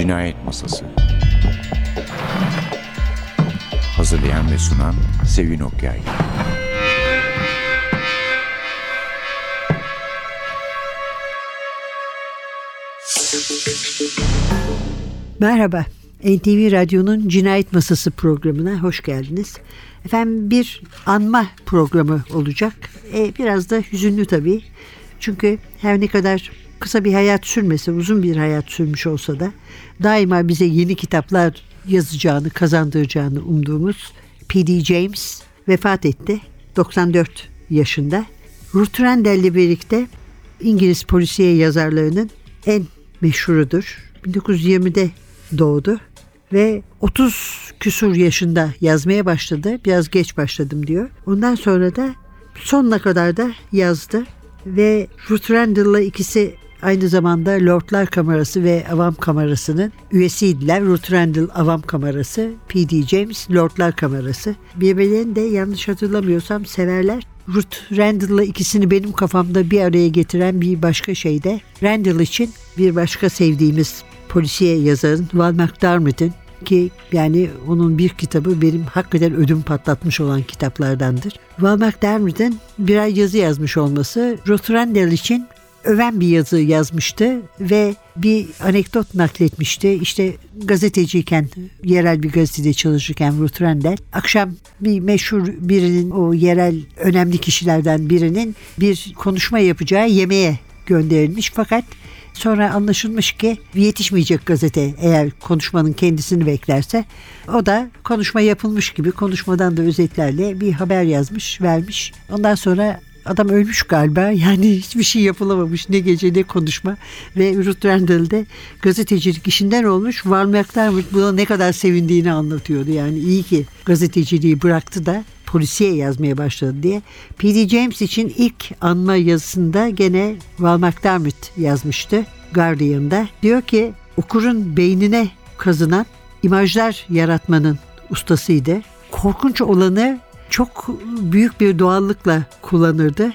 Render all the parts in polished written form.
Cinayet Masası. Hazırlayan ve sunan Sevin Okyay. Merhaba, NTV Radyo'nun Cinayet Masası programına hoş geldiniz. Efendim, bir anma programı olacak. Biraz da hüzünlü tabii. Çünkü her ne kadar kısa bir hayat sürmese, uzun bir hayat sürmüş olsa da daima bize yeni kitaplar yazacağını, kazandıracağını umduğumuz P.D. James vefat etti. 94 yaşında. Ruth Rendell ile birlikte İngiliz polisiye yazarlarının en meşhurudur. 1920'de doğdu ve 30 küsur yaşında yazmaya başladı. Biraz geç başladım diyor. Ondan sonra da sonuna kadar da yazdı ve Ruth Rendell'la ikisi aynı zamanda Lordlar Kamerası ve Avam Kamerası'nın üyesiydiler. Ruth Rendell Avam Kamerası, P.D. James Lordlar Kamerası. Birbirlerini de yanlış hatırlamıyorsam severler. Ruth Rendell'la ikisini benim kafamda bir araya getiren bir başka şey de Rendell için bir başka sevdiğimiz polisiye yazarın Val McDermid'in, ki yani onun bir kitabı benim hakikaten ödüm patlatmış olan kitaplardandır. Val McDermid'in birer yazı yazmış olması Ruth Rendell için öven bir yazı yazmıştı ve bir anekdot nakletmişti. İşte gazeteciyken, yerel bir gazetede çalışırken Ruth Rendell akşam bir meşhur birinin, o yerel önemli kişilerden birinin bir konuşma yapacağı yemeğe gönderilmiş, fakat sonra anlaşılmış ki yetişmeyecek gazete eğer konuşmanın kendisini beklerse. O da konuşma yapılmış gibi konuşmadan da özetlerle bir haber yazmış, vermiş. Ondan sonra adam ölmüş galiba, yani hiçbir şey yapılamamış, ne gece ne konuşma, ve Ruth Rendell de gazetecilik işinden olmuş. Val McDermid buna ne kadar sevindiğini anlatıyordu, yani iyi ki gazeteciliği bıraktı da polisiye yazmaya başladı diye. P.D. James için ilk anma yazısında gene Val McDermid yazmıştı Guardian'da. Diyor ki okurun beynine kazınan imajlar yaratmanın ustasıydı. Korkunç olanı çok büyük bir doğallıkla kullanırdı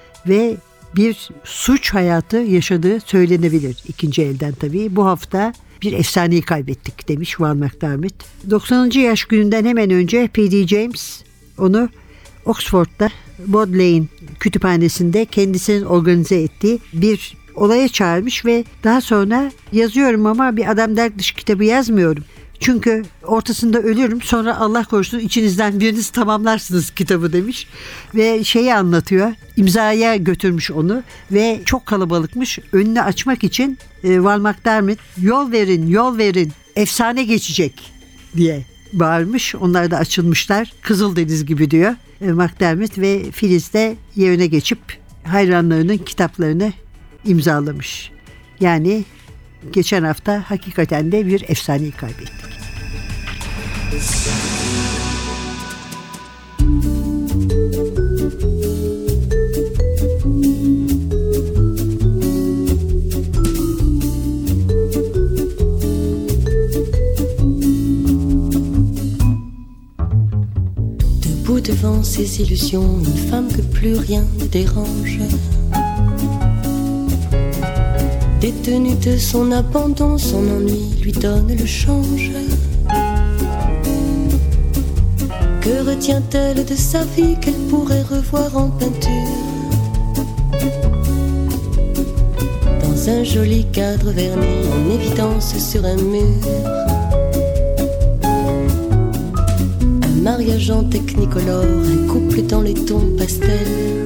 ve bir suç hayatı yaşadığı söylenebilir ikinci elden tabii. Bu hafta bir efsaneyi kaybettik demiş Val McDermid. 90. yaş gününden hemen önce P.D. James onu Oxford'da Bodleian kütüphanesinde kendisinin organize ettiği bir olaya çağırmış ve daha sonra yazıyorum ama bir adam dergi dışı kitabı yazmıyorum. Çünkü ortasında ölürüm, sonra Allah korusun içinizden biriniz tamamlarsınız kitabı demiş. Ve şeyi anlatıyor, imzaya götürmüş onu ve çok kalabalıkmış. Önünü açmak için Val McDermid yol verin, yol verin, efsane geçecek diye bağırmış. Onlar da açılmışlar. Kızıldeniz gibi diyor McDermid ve Filiz de yerine geçip hayranlarının kitaplarını imzalamış. Yani geçen hafta hakikaten de bir efsaneyi kaybettik. Debout devant ses illusions, une femme que plus rien ne dérange. Détenue de son abandon, son ennui lui donne le change. Que retient-elle de sa vie qu'elle pourrait revoir en peinture? Dans un joli cadre verni en évidence sur un mur. Un mariage en technicolore, un couple dans les tons pastels.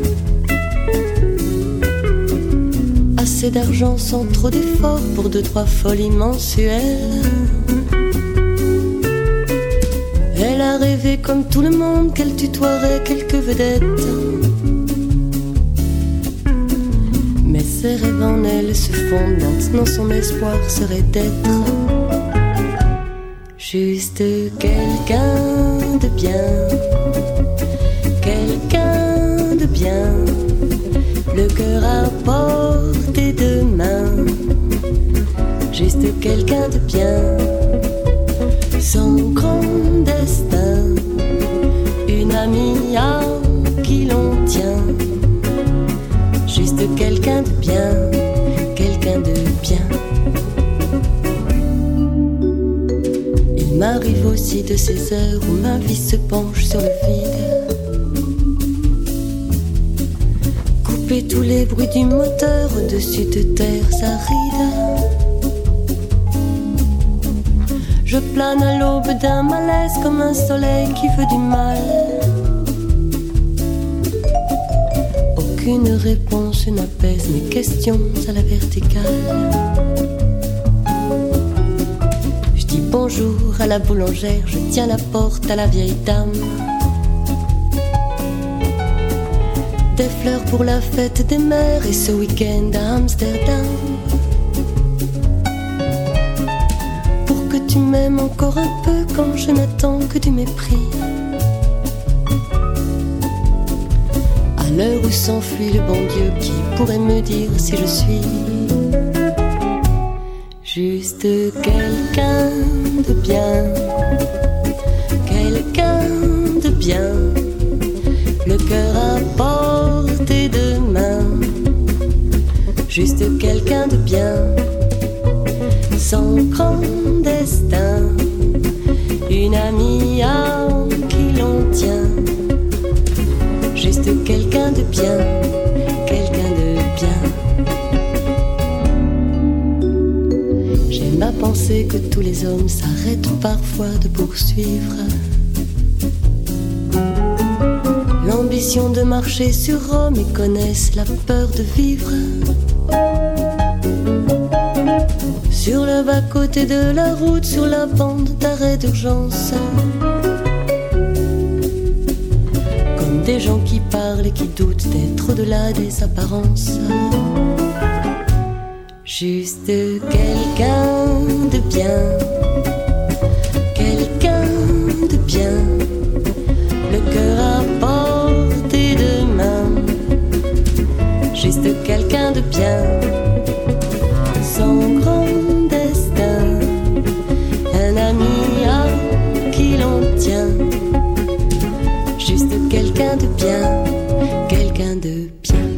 Assez d'argent sans trop d'efforts pour 2-3 folies mensuelles. Elle a rêvé comme tout le monde qu'elle tutoierait quelques vedettes. Mais ses rêves en elle se fondent, maintenant son espoir serait d'être juste quelqu'un de bien. Quelqu'un de bien, le cœur à portée de main. Juste quelqu'un de bien, sans grand destin, une amie à qui l'on tient. Juste quelqu'un de bien, quelqu'un de bien. de ces heures où ma vie se penche sur le vide. Couper tous les bruits du moteur au-dessus de terres arides. Je plane à l'aube d'un malaise comme un soleil qui veut du mal. Aucune réponse n'apaise mes questions à la verticale. Je dis bonjour à la boulangère, je tiens la porte à la vieille dame. Des fleurs pour la fête des mères et ce week-end à Amsterdam. Pour que tu m'aimes encore un peu quand je n'attends que du mépris. À l'heure où s'enfuit le bon Dieu, qui pourrait me dire si je suis juste quelqu'un de bien, quelqu'un de bien, le cœur à portée de main, juste quelqu'un de bien, sans grand destin, une amie à qui l'on tient, juste quelqu'un de bien, quelqu'un de bien. J'aime à penser que tous les hommes s'arrêtent parfois de poursuivre l'ambition de marcher sur Rome et connaissent la peur de vivre sur le bas-côté de la route, sur la bande d'arrêt d'urgence, comme des gens qui parlent et qui doutent d'être au-delà des apparences. Juste quelqu'un de bien, quelqu'un de bien, le cœur à portée de main, juste quelqu'un de bien, sans grand destin, un ami à qui l'on tient, juste quelqu'un de bien, quelqu'un de bien.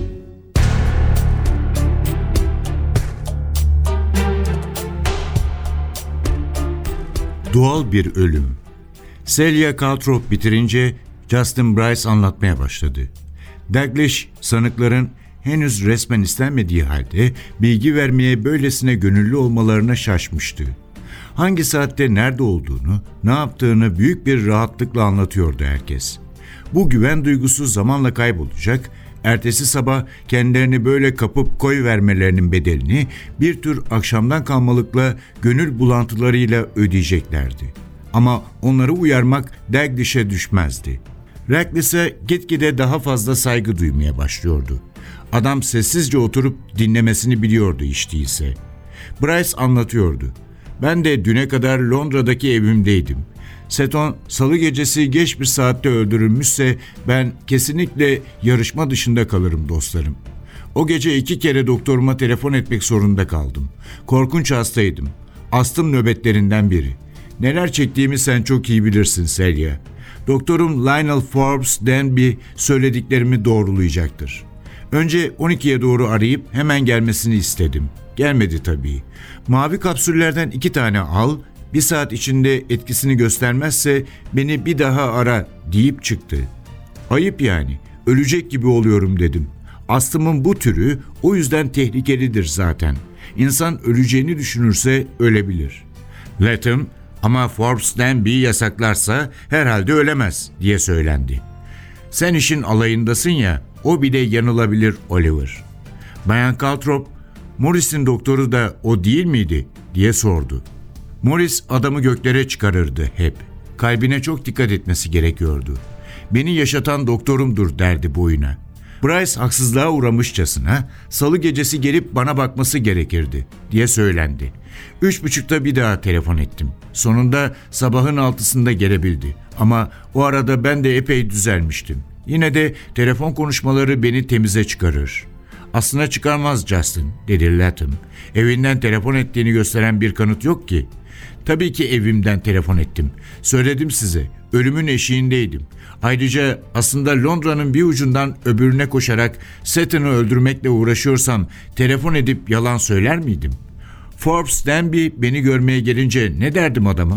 Doğal bir ölüm. Celia Calthrop bitirince Justin Bryce anlatmaya başladı. Dalglish, sanıkların henüz resmen istenmediği halde bilgi vermeye böylesine gönüllü olmalarına şaşmıştı. Hangi saatte nerede olduğunu, ne yaptığını büyük bir rahatlıkla anlatıyordu herkes. Bu güven duygusu zamanla kaybolacak, ertesi sabah kendilerini böyle kapıp koyvermelerinin bedelini bir tür akşamdan kalmalıkla gönül bulantılarıyla ödeyeceklerdi. Ama onları uyarmak Dalglish'e düşmezdi. Reckless'e gitgide daha fazla saygı duymaya başlıyordu. Adam sessizce oturup dinlemesini biliyordu hiç değilse. Bryce anlatıyordu. Ben de düne kadar Londra'daki evimdeydim. Seton salı gecesi geç bir saatte öldürülmüşse ben kesinlikle yarışma dışında kalırım dostlarım. O gece 2 kere doktoruma telefon etmek zorunda kaldım. Korkunç hastaydım. Astım nöbetlerinden biri. Neler çektiğimi sen çok iyi bilirsin Celia. Doktorum Lionel Forbes Denby söylediklerimi doğrulayacaktır. Önce 12'ye doğru arayıp hemen gelmesini istedim. Gelmedi tabii. Mavi kapsüllerden 2 tane al, 1 saat içinde etkisini göstermezse beni bir daha ara deyip çıktı. Ayıp yani, ölecek gibi oluyorum dedim. Astımın bu türü o yüzden tehlikelidir zaten. İnsan öleceğini düşünürse ölebilir. Latham, ama Forbes Denby'yi yasaklarsa herhalde ölemez diye söylendi. Sen işin alayındasın ya, o bile yanılabilir Oliver. Bayan Calthrop, Morris'in doktoru da o değil miydi diye sordu. Morris adamı göklere çıkarırdı hep. Kalbine çok dikkat etmesi gerekiyordu. Beni yaşatan doktorumdur derdi boyuna. Bryce haksızlığa uğramışçasına salı gecesi gelip bana bakması gerekirdi diye söylendi. 3.30'da bir daha telefon ettim. Sonunda sabahın 6'sında gelebildi. Ama o arada ben de epey düzelmiştim. Yine de telefon konuşmaları beni temize çıkarır. Aslına çıkarmaz Justin, dedi Latham. Evinden telefon ettiğini gösteren bir kanıt yok ki. Tabii ki evimden telefon ettim. Söyledim size, ölümün eşiğindeydim. Ayrıca aslında Londra'nın bir ucundan öbürüne koşarak Seton'u öldürmekle uğraşıyorsam telefon edip yalan söyler miydim? Forbes Denby beni görmeye gelince ne derdim adama?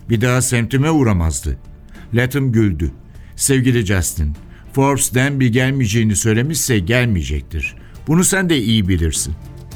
Bir daha semtime uğramazdı. Latham güldü. Sevgili Justin, Forbes Denby gelmeyeceğini söylemişse gelmeyecektir. Bunu sen de iyi bilirsin.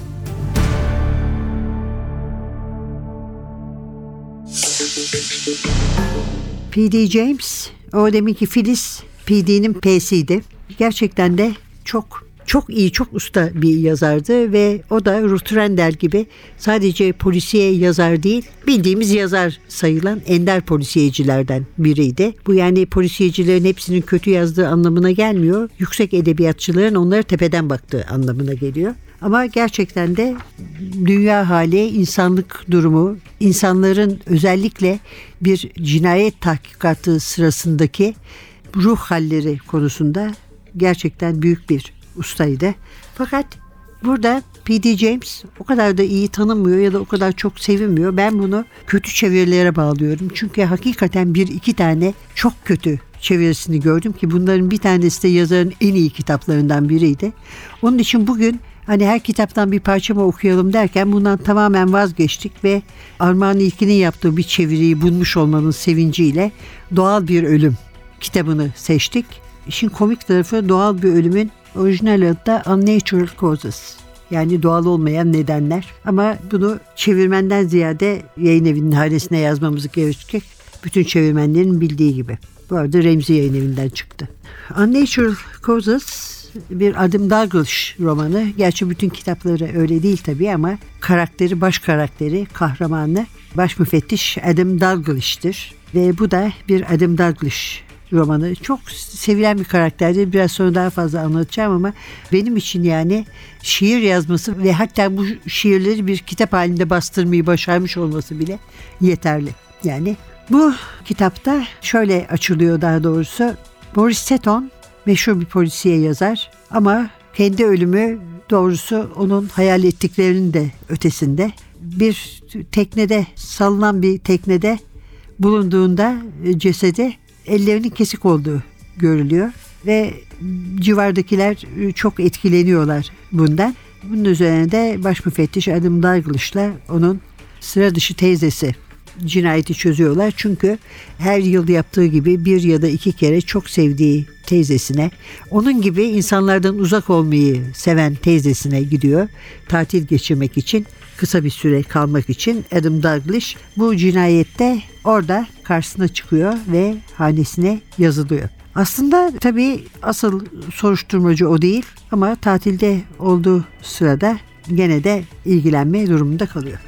P.D. James, o deminki Filiz, P.D.'nin P'siydi. Gerçekten de çok iyi, çok usta bir yazardı ve o da Ruth Rendell gibi sadece polisiye yazar değil, bildiğimiz yazar sayılan ender polisiyecilerden biriydi. Bu yani polisiyecilerin hepsinin kötü yazdığı anlamına gelmiyor. Yüksek edebiyatçıların onlara tepeden baktığı anlamına geliyor. Ama gerçekten de dünya hali, insanlık durumu, insanların özellikle bir cinayet tahkikatı sırasındaki ruh halleri konusunda gerçekten büyük bir ustaydı. Fakat burada P.D. James o kadar da iyi tanınmıyor ya da o kadar çok sevilmiyor. Ben bunu kötü çevirilere bağlıyorum. Çünkü hakikaten 1-2 tane çok kötü çevirisini gördüm ki bunların bir tanesi de yazarın en iyi kitaplarından biriydi. Onun için bugün hani her kitaptan bir parça mı okuyalım derken bundan tamamen vazgeçtik ve Armağan İlkin'in yaptığı bir çeviriyi bulmuş olmanın sevinciyle Doğal Bir Ölüm kitabını seçtik. İşin komik tarafı doğal bir ölümün orijinal adı da Unnatural Causes. Yani doğal olmayan nedenler. Ama bunu çevirmenden ziyade yayın evinin hanesine yazmamız gerekecek. Bütün çevirmenlerin bildiği gibi. Bu arada Remzi Yayın Evi'nden çıktı. Unnatural Causes bir Adam Dalgliesh romanı. Gerçi bütün kitapları öyle değil tabii ama baş karakteri, kahramanı baş müfettiş Adam Dalglish'tir. Ve bu da bir Adam Dalglish romanı. Çok sevilen bir karakterdir. Biraz sonra daha fazla anlatacağım ama benim için yani şiir yazması ve hatta bu şiirleri bir kitap halinde bastırmayı başarmış olması bile yeterli. Yani bu kitapta şöyle açılıyor daha doğrusu. Maurice Seton meşhur bir polisiye yazar ama kendi ölümü doğrusu onun hayal ettiklerinin de ötesinde. Bir teknede, salınan bir teknede bulunduğunda cesedi ellerinin kesik olduğu görülüyor ve civardakiler çok etkileniyorlar bundan. Bunun üzerine de baş müfettiş Adam Dalglish'la onun sıra dışı teyzesi cinayeti çözüyorlar. Çünkü her yıl yaptığı gibi 1 ya da 2 kere çok sevdiği teyzesine, onun gibi insanlardan uzak olmayı seven teyzesine gidiyor. Tatil geçirmek için, kısa bir süre kalmak için Adam Dalglish bu cinayette orada karşısına çıkıyor ve hanesine yazılıyor. Aslında tabii asıl soruşturmacı o değil ama tatilde olduğu sırada gene de ilgilenme durumunda kalıyor.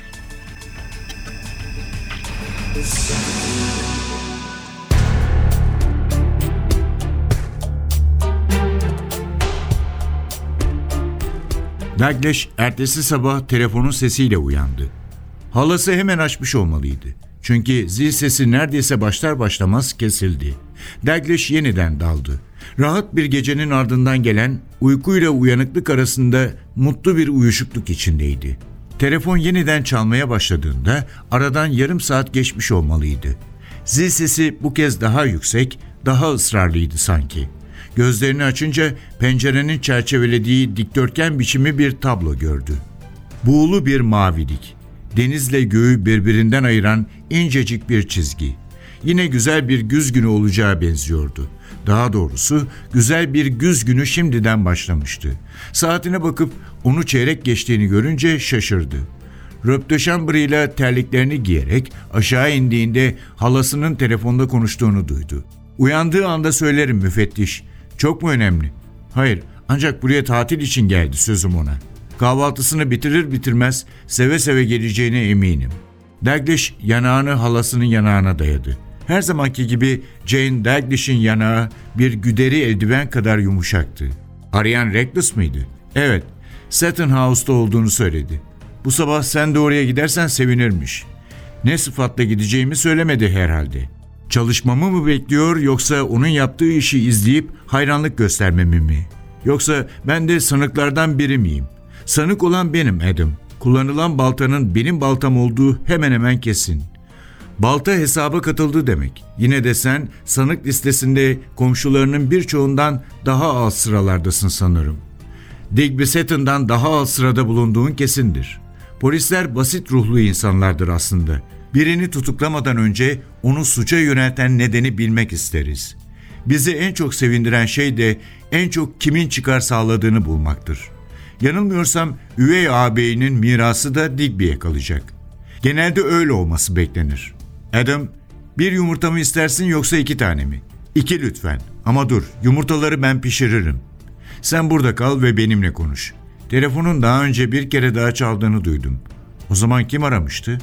Dalglish ertesi sabah telefonun sesiyle uyandı. Halası hemen açmış olmalıydı. Çünkü zil sesi neredeyse başlar başlamaz kesildi. Dalglish yeniden daldı. Rahat bir gecenin ardından gelen uykuyla uyanıklık arasında mutlu bir uyuşukluk içindeydi. Telefon yeniden çalmaya başladığında aradan yarım saat geçmiş olmalıydı. Zil sesi bu kez daha yüksek, daha ısrarlıydı sanki. Gözlerini açınca pencerenin çerçevelediği dikdörtgen biçimi bir tablo gördü. Buğulu bir mavilik, denizle göğü birbirinden ayıran incecik bir çizgi. Yine güzel bir güz günü olacağı benziyordu. Daha doğrusu güzel bir güz günü şimdiden başlamıştı. Saatine bakıp onu çeyrek geçtiğini görünce şaşırdı. Robe de Chambre ile terliklerini giyerek aşağı indiğinde halasının telefonda konuştuğunu duydu. Uyandığı anda söylerim müfettiş. Çok mu önemli? Hayır, ancak buraya tatil için geldi sözüm ona. Kahvaltısını bitirir bitirmez seve seve geleceğine eminim. Dalglish yanağını halasının yanağına dayadı. Her zamanki gibi Jane Dalglish'in yanağı bir güderi eldiven kadar yumuşaktı. Arayan Reckless mıydı? Evet, Seton House'da olduğunu söyledi. Bu sabah sen de oraya gidersen sevinirmiş. Ne sıfatla gideceğimi söylemedi herhalde. Çalışmamı mı bekliyor yoksa onun yaptığı işi izleyip hayranlık göstermemi mi? Yoksa ben de sanıklardan biri miyim? Sanık olan benim Adam. Kullanılan baltanın benim baltam olduğu hemen hemen kesin. Balta hesaba katıldı demek. Yine de sen sanık listesinde komşularının birçoğundan daha alt sıralardasın sanırım. Digby Seton'dan daha alt sırada bulunduğun kesindir. Polisler basit ruhlu insanlardır aslında. Birini tutuklamadan önce onu suça yönelten nedeni bilmek isteriz. Bizi en çok sevindiren şey de en çok kimin çıkar sağladığını bulmaktır. Yanılmıyorsam üvey ağabeyinin mirası da Digby'ye kalacak. Genelde öyle olması beklenir. Adam, bir yumurta mı istersin yoksa 2 tane mi? 2 lütfen. Ama dur, yumurtaları ben pişiririm. Sen burada kal ve benimle konuş. Telefonun daha önce bir kere daha çaldığını duydum. O zaman kim aramıştı?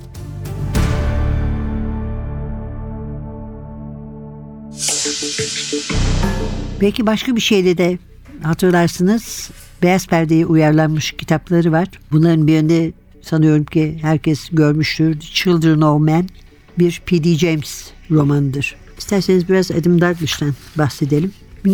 Belki başka bir şeyde de hatırlarsınız. Beyaz Perde'ye uyarlanmış kitapları var. Bunların birinde sanıyorum ki herkes görmüştür. The Children of Men bir P.D. James romanıdır. İsterseniz biraz Adam Dalglish'ten bahsedelim.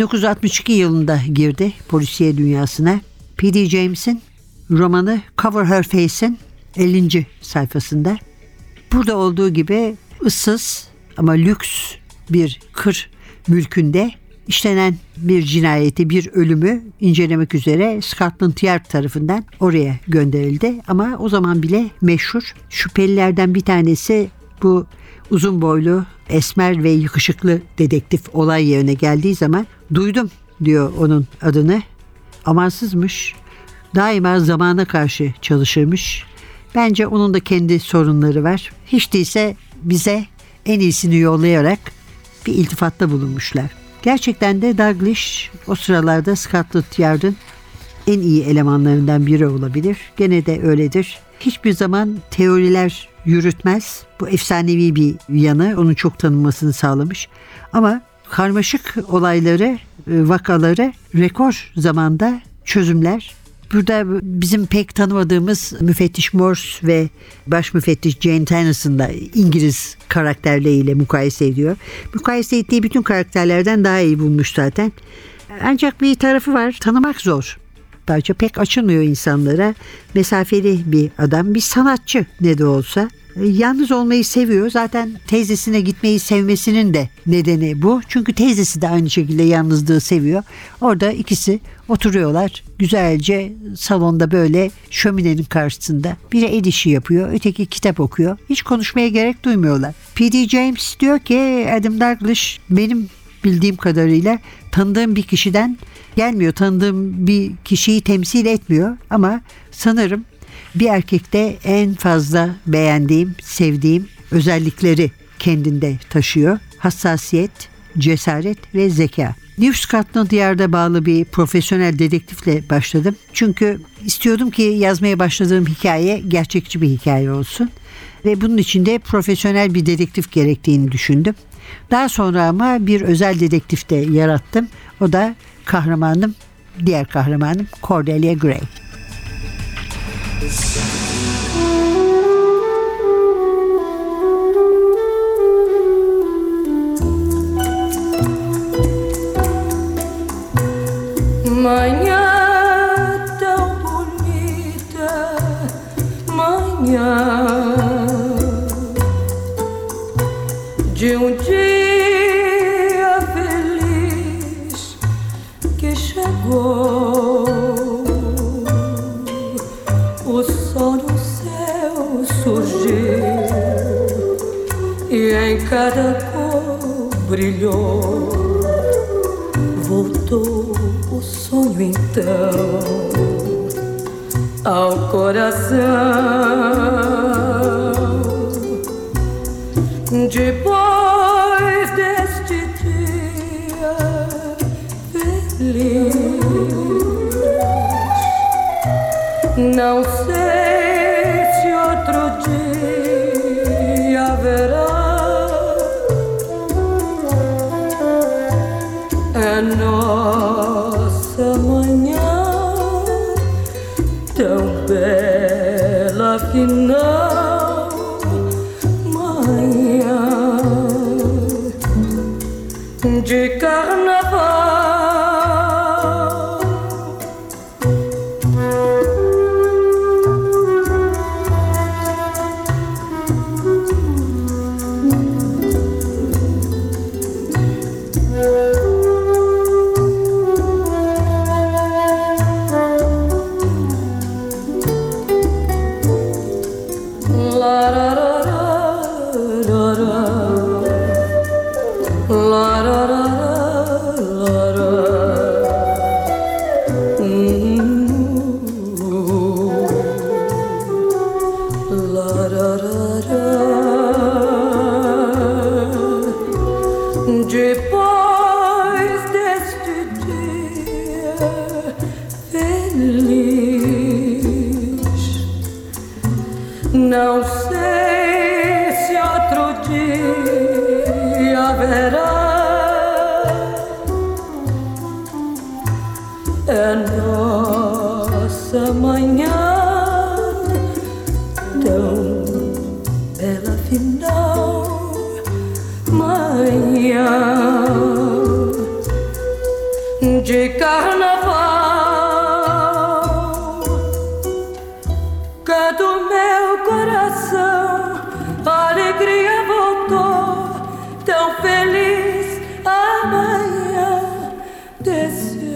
1962 yılında girdi polisiye dünyasına. P.D. James'in romanı Cover Her Face'in 50. sayfasında. Burada olduğu gibi ıssız ama lüks bir kır mülkünde işlenen bir cinayeti, bir ölümü incelemek üzere Scotland Yard tarafından oraya gönderildi. Ama o zaman bile meşhur şüphelilerden bir tanesi bu uzun boylu, esmer ve yakışıklı dedektif olay yerine geldiği zaman duydum diyor onun adını. Amansızmış. Daima zamana karşı çalışırmış. Bence onun da kendi sorunları var. Hiç değilse bize en iyisini yollayarak bir iltifatta bulunmuşlar. Gerçekten de Dalglish o sıralarda Scotland Yard'ın en iyi elemanlarından biri olabilir. Gene de öyledir. Hiçbir zaman teoriler yürütmez. Bu efsanevi bir yanı, onun çok tanınmasını sağlamış. Ama karmaşık olayları, vakaları rekor zamanda çözümler. Burada bizim pek tanımadığımız müfettiş Morse ve baş müfettiş Jane Tennyson da İngiliz karakterleriyle mukayese ediyor. Mukayese ettiği bütün karakterlerden daha iyi bulmuş zaten. Ancak bir tarafı var, tanımak zor. Bence pek açılmıyor insanlara. Mesafeli bir adam, bir sanatçı ne de olsa. Yalnız olmayı seviyor. Zaten teyzesine gitmeyi sevmesinin de nedeni bu. Çünkü teyzesi de aynı şekilde yalnızlığı seviyor. Orada ikisi oturuyorlar. Güzelce salonda böyle şöminenin karşısında. Biri el işi yapıyor, öteki kitap okuyor. Hiç konuşmaya gerek duymuyorlar. P.D. James diyor ki Adam Dalglish benim bildiğim kadarıyla tanıdığım bir kişiden gelmiyor. Tanıdığım bir kişiyi temsil etmiyor. Ama sanırım bir erkekte en fazla beğendiğim, sevdiğim özellikleri kendinde taşıyor. Hassasiyet, cesaret ve zeka. New Scotland Yard'a bağlı bir profesyonel dedektifle başladım. Çünkü istiyordum ki yazmaya başladığım hikaye gerçekçi bir hikaye olsun. Ve bunun için de profesyonel bir dedektif gerektiğini düşündüm. Daha sonra ama bir özel dedektif de yarattım. O da kahramanım, diğer kahramanım Cordelia Gray. Manhã tão bonita, manhã de dia feliz que chegou. O sol no céu surgiu e em cada cor brilhou. Voltou o sonho então ao coração. Depois deste dia feliz, não sei se outro dia haverá. É nossa manhã tão bela, afinal, manhã de carnaval. é nossa manhã tão bela final, manhã de carnaval. Canto meu coração, a alegria voltou, tão feliz amanhã desse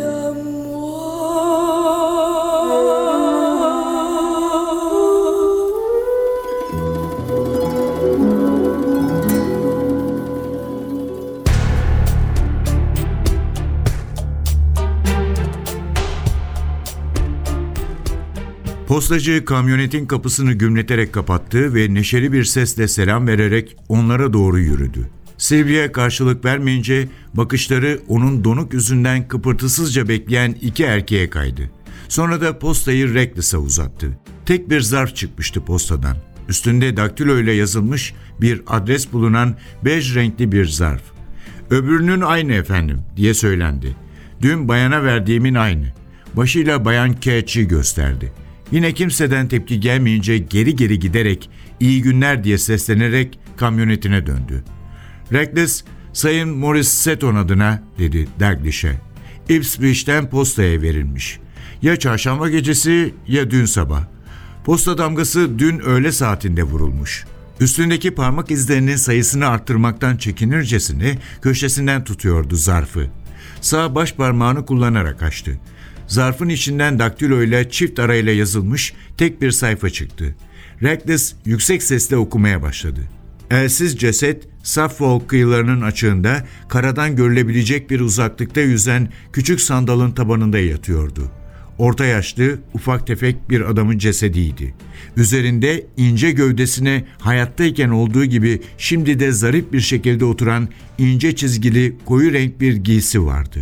Postacı kamyonetin kapısını gümleterek kapattı ve neşeli bir sesle selam vererek onlara doğru yürüdü. Sylvia karşılık vermeyince bakışları onun donuk yüzünden kıpırtısızca bekleyen iki erkeğe kaydı. Sonra da postayı Reckless'a uzattı. Tek bir zarf çıkmıştı postadan. Üstünde daktilo ile yazılmış bir adres bulunan bej renkli bir zarf. "Öbürünün aynı efendim," diye söylendi. "Dün bayana verdiğimin aynı." Başıyla Bayan Catch'i gösterdi. Yine kimseden tepki gelmeyince geri geri giderek "İyi günler," diye seslenerek kamyonetine döndü. Reckless, "Sayın Morris Seton adına," dedi Daglish'e. "Ipswich'ten postaya verilmiş. Ya çarşamba gecesi ya dün sabah. Posta damgası dün öğle saatinde vurulmuş." Üstündeki parmak izlerinin sayısını arttırmaktan çekinircesine köşesinden tutuyordu zarfı. Sağ baş parmağını kullanarak açtı. Zarfın içinden daktilo ile çift arayla yazılmış tek bir sayfa çıktı. Reckless yüksek sesle okumaya başladı. Elsiz ceset, Suffolk kıyılarının açığında karadan görülebilecek bir uzaklıkta yüzen küçük sandalın tabanında yatıyordu. Orta yaşlı, ufak tefek bir adamın cesediydi. Üzerinde ince gövdesine hayattayken olduğu gibi şimdi de zarif bir şekilde oturan ince çizgili koyu renk bir giysi vardı.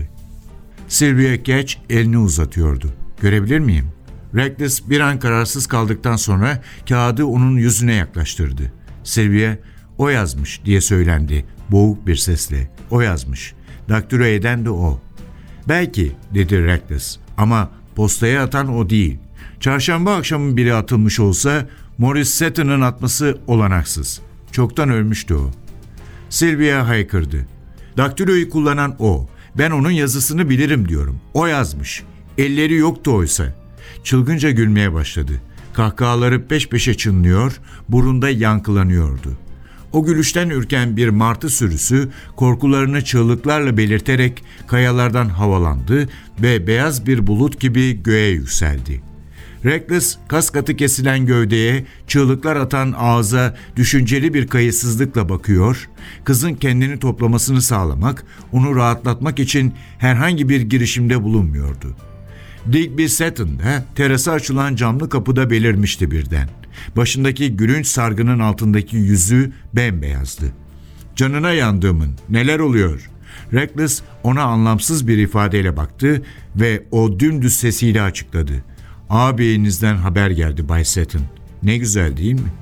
Sylvia Catch elini uzatıyordu. "Görebilir miyim?" Reckless bir an kararsız kaldıktan sonra kağıdı onun yüzüne yaklaştırdı. Sylvia, "O yazmış," diye söylendi boğuk bir sesle. "O yazmış. Daktilo eden de o." "Belki," dedi Reckless, "ama postaya atan o değil. Çarşamba akşamı biri atılmış olsa Morris Seton'un atması olanaksız. Çoktan ölmüştü o." Sylvia haykırdı. "Daktiloyu kullanan o. Ben onun yazısını bilirim diyorum. O yazmış. Elleri yoktu oysa." Çılgınca gülmeye başladı. Kahkahaları peş peşe çınlıyor, burunda yankılanıyordu. O gülüşten ürken bir martı sürüsü korkularını çığlıklarla belirterek kayalardan havalandı ve beyaz bir bulut gibi göğe yükseldi. Reckless, kas katı kesilen gövdeye, çığlıklar atan ağza düşünceli bir kayıtsızlıkla bakıyor, kızın kendini toplamasını sağlamak, onu rahatlatmak için herhangi bir girişimde bulunmuyordu. Digby Seton da terasa açılan camlı kapıda belirmişti birden. Başındaki gülünç sargının altındaki yüzü bembeyazdı. "Canına yandığımın, neler oluyor?" Reckless ona anlamsız bir ifadeyle baktı ve o dümdüz sesiyle açıkladı. "Ağabeyinizden haber geldi Bay Seton. Ne güzel değil mi?"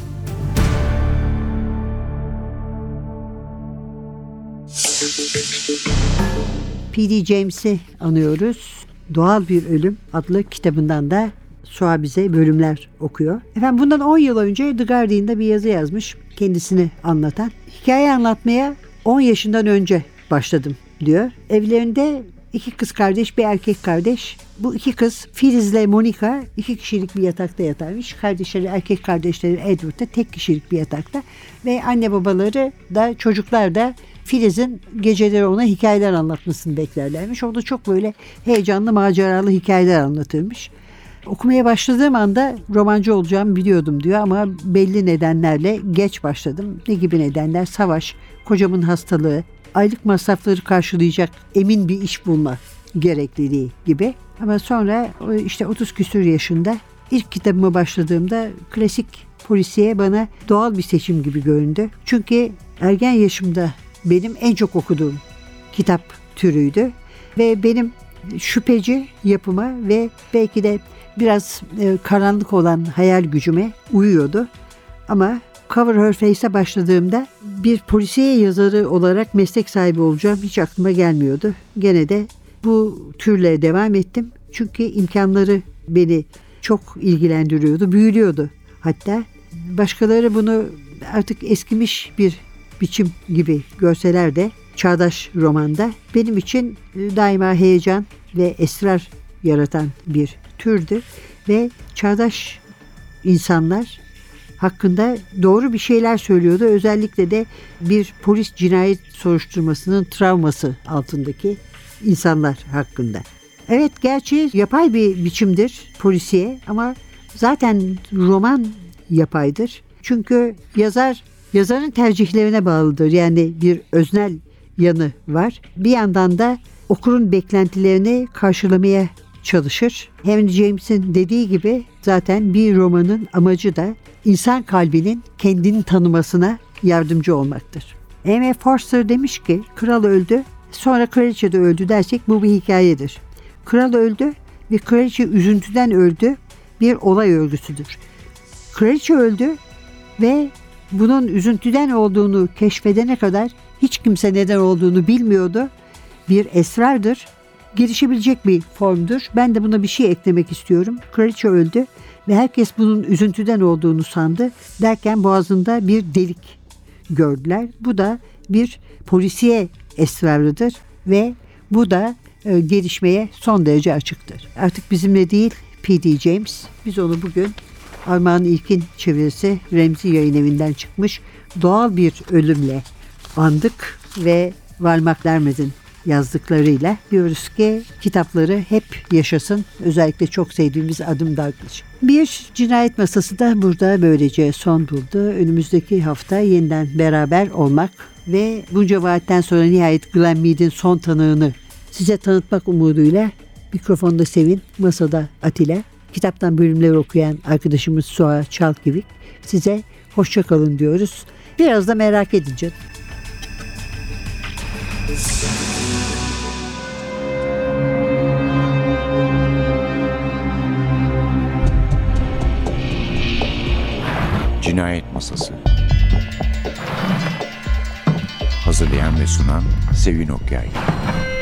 P.D. James'i anıyoruz. Doğal Bir Ölüm adlı kitabından da Suha bize bölümler okuyor. Efendim bundan 10 yıl önce The Guardian'da bir yazı yazmış kendisini anlatan. "Hikaye anlatmaya 10 yaşından önce başladım," diyor. Evlerinde 2 kız kardeş, bir erkek kardeş. Bu 2 kız Filiz'le Monica 2 kişilik bir yatakta yatarmış. Kardeşleri, erkek kardeşleri Edward da tek kişilik bir yatakta. Ve anne babaları da çocuklar da Filiz'in geceleri ona hikayeler anlatmasını beklerlermiş. O da çok böyle heyecanlı, maceralı hikayeler anlatırmış. Okumaya başladığım anda romancı olacağımı biliyordum diyor ama belli nedenlerle geç başladım. Ne gibi nedenler? Savaş, kocamın hastalığı, aylık masrafları karşılayacak emin bir iş bulma gerekliliği gibi. Ama sonra işte 30 küsur yaşında ilk kitabıma başladığımda klasik polisiye bana doğal bir seçim gibi göründü. Çünkü ergen yaşımda benim en çok okuduğum kitap türüydü ve benim şüpheci yapıma ve belki de biraz karanlık olan hayal gücüme uyuyordu. Ama Cover Her Face'e başladığımda bir polisiye yazarı olarak meslek sahibi olacağım hiç aklıma gelmiyordu. Gene de bu türle devam ettim. Çünkü imkanları beni çok ilgilendiriyordu, büyülüyordu. Hatta başkaları bunu artık eskimiş bir biçim gibi görseler de çağdaş romanda benim için daima heyecan ve esrar yaratan bir türdü ve çağdaş insanlar hakkında doğru bir şeyler söylüyordu. Özellikle de bir polis cinayet soruşturmasının travması altındaki insanlar hakkında. Evet, gerçi yapay bir biçimdir polisiye ama zaten roman yapaydır. Çünkü yazarın tercihlerine bağlıdır. Yani bir öznel yanı var. Bir yandan da okurun beklentilerini karşılamaya çalışır. Henry James'in dediği gibi zaten bir romanın amacı da insan kalbinin kendini tanımasına yardımcı olmaktır. M.F. Forster demiş ki kral öldü, sonra kraliçe de öldü dersek bu bir hikayedir. Kral öldü ve kraliçe üzüntüden öldü, bir olay örgüsüdür. Kraliçe öldü ve bunun üzüntüden olduğunu keşfedene kadar hiç kimse neden olduğunu bilmiyordu. Bir esrardır, gelişebilecek bir formdur. Ben de buna bir şey eklemek istiyorum. Kraliçe öldü ve herkes bunun üzüntüden olduğunu sandı. Derken boğazında bir delik gördüler. Bu da bir polisiye esrarıdır ve bu da gelişmeye son derece açıktır. Artık bizimle değil P.D. James. Biz onu bugün Armağan İlkin çevirisi Remzi Yayınevi'nden çıkmış Doğal Bir Ölümle andık ve Valmak Lermez'in yazdıklarıyla diyoruz ki kitapları hep yaşasın. Özellikle çok sevdiğimiz Adım Douglas. Bir cinayet masası da burada böylece son buldu. Önümüzdeki hafta yeniden beraber olmak ve bunca vaatten sonra nihayet Glenn Mead'in son tanığını size tanıtmak umuduyla mikrofonda Sevin, masada Atilla, kitaptan bölümleri okuyan arkadaşımız Suha Çalkivik. Size hoşça kalın diyoruz. Biraz da merak edin canım. Cinayet Masası. Hazırlayan ve sunan Sevin Okyay.